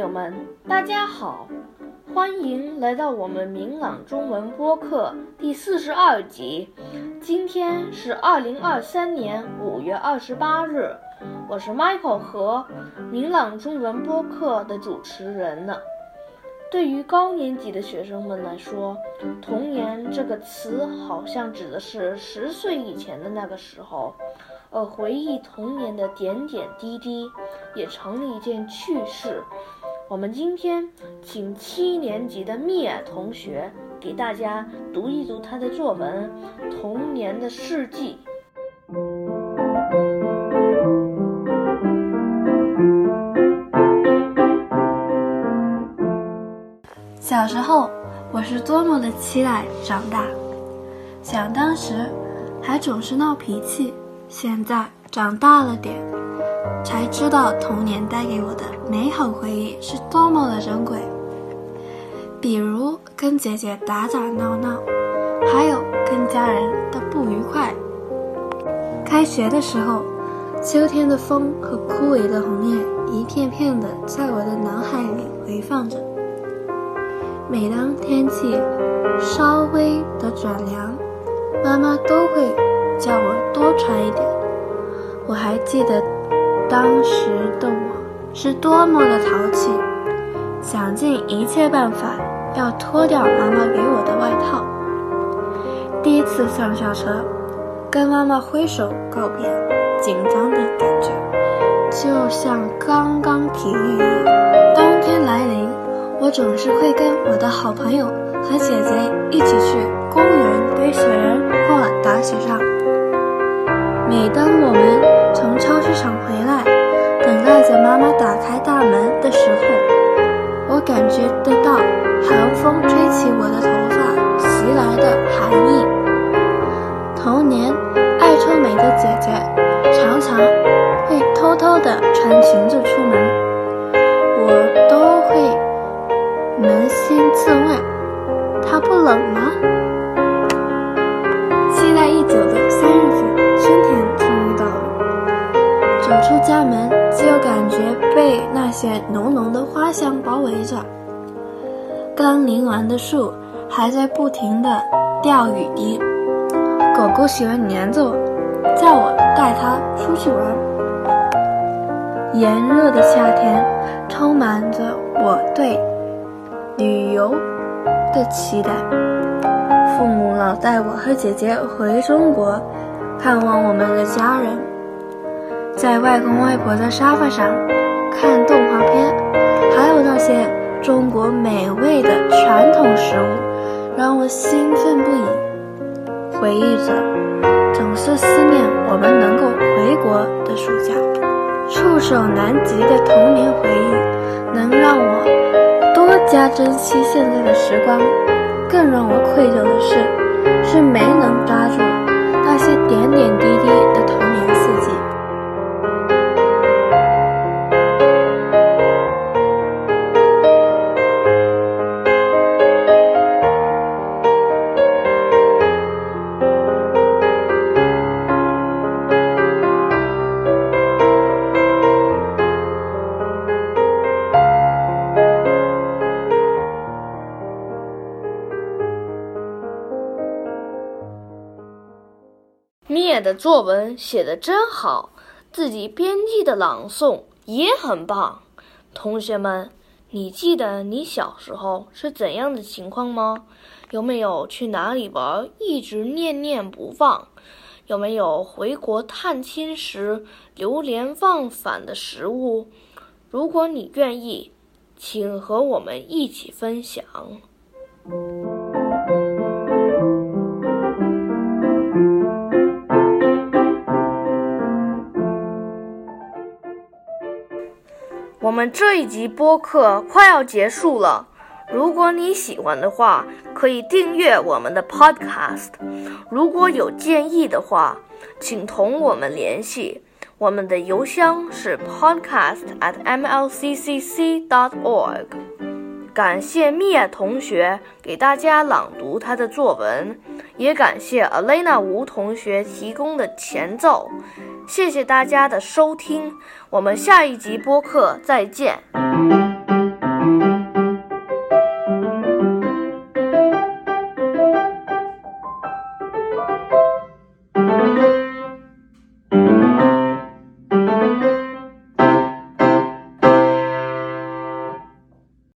友们，大家好，欢迎来到我们明朗中文播客第42集。今天是2023年5月28日，我是 Michael 和明朗中文播客的主持人呢。对于高年级的学生们来说，童年这个词好像指的是10岁以前的那个时候，而回忆童年的点点滴滴也成了一件趣事。我们今天请7年级的蜜雅同学给大家读一读她的作文《童年的事迹》。 小时候，我是多么的期待长大，想当时还总是闹脾气，现在长大了点，才知道童年带给我的美好回忆是多么的珍贵。比如跟姐姐打打闹闹，还有跟家人的不愉快。开学的时候，秋天的风和枯萎的红叶一片片的在我的脑海里回放着。每当天气稍微的转凉，妈妈都会叫我多穿一点。我还记得当时的我是多么的淘气，想尽一切办法要脱掉妈妈给我的外套。第一次上校车，跟妈妈挥手告别，紧张的感觉就像刚刚体育一样。冬天来临，我总是会跟我的好朋友和姐姐一起去公园给雪人画打雪仗。每当我们从超市场回来，等待着妈妈打开大门的时候，我感觉得到寒风吹起我的头发袭来的寒意。童年爱臭美的姐姐常常会偷偷地穿裙子出门，我都会扪心自问，她不冷吗？期待已久的3月份，春天终于到了。走出家门，就感觉被那些浓浓的花香包围着。刚淋完的树还在不停地掉雨滴，狗狗喜欢黏着我，叫我带它出去玩。炎热的夏天充满着我对旅游的期待，父母老带我和姐姐回中国看望我们的家人，在外公外婆的沙发上看动画片，还有那些中国美味的传统食物，让我兴奋不已。回忆着，总是思念我们能够回国的暑假，触手难及的童年回忆，能让我多加珍惜现在的时光。更让我愧疚的是没能抓住那些点点滴滴的童年四季。 蜜雅的作文写得真好，自己编辑的朗诵也很棒。同学们，你记得你小时候是怎样的情况吗？有没有去哪里玩一直念念不忘？有没有回国探亲时流连忘返的食物？如果你愿意，请和我们一起分享。我们这一集播客快要结束了，如果你喜欢的话，可以订阅我们的 podcast。如果有建议的话，请同我们联系，我们的邮箱是 podcast@mlccc.org。感谢蜜雅同学给大家朗读她的作文，也感谢 Elena 吴同学提供的前奏。谢谢大家的收听，我们下一集播客再见。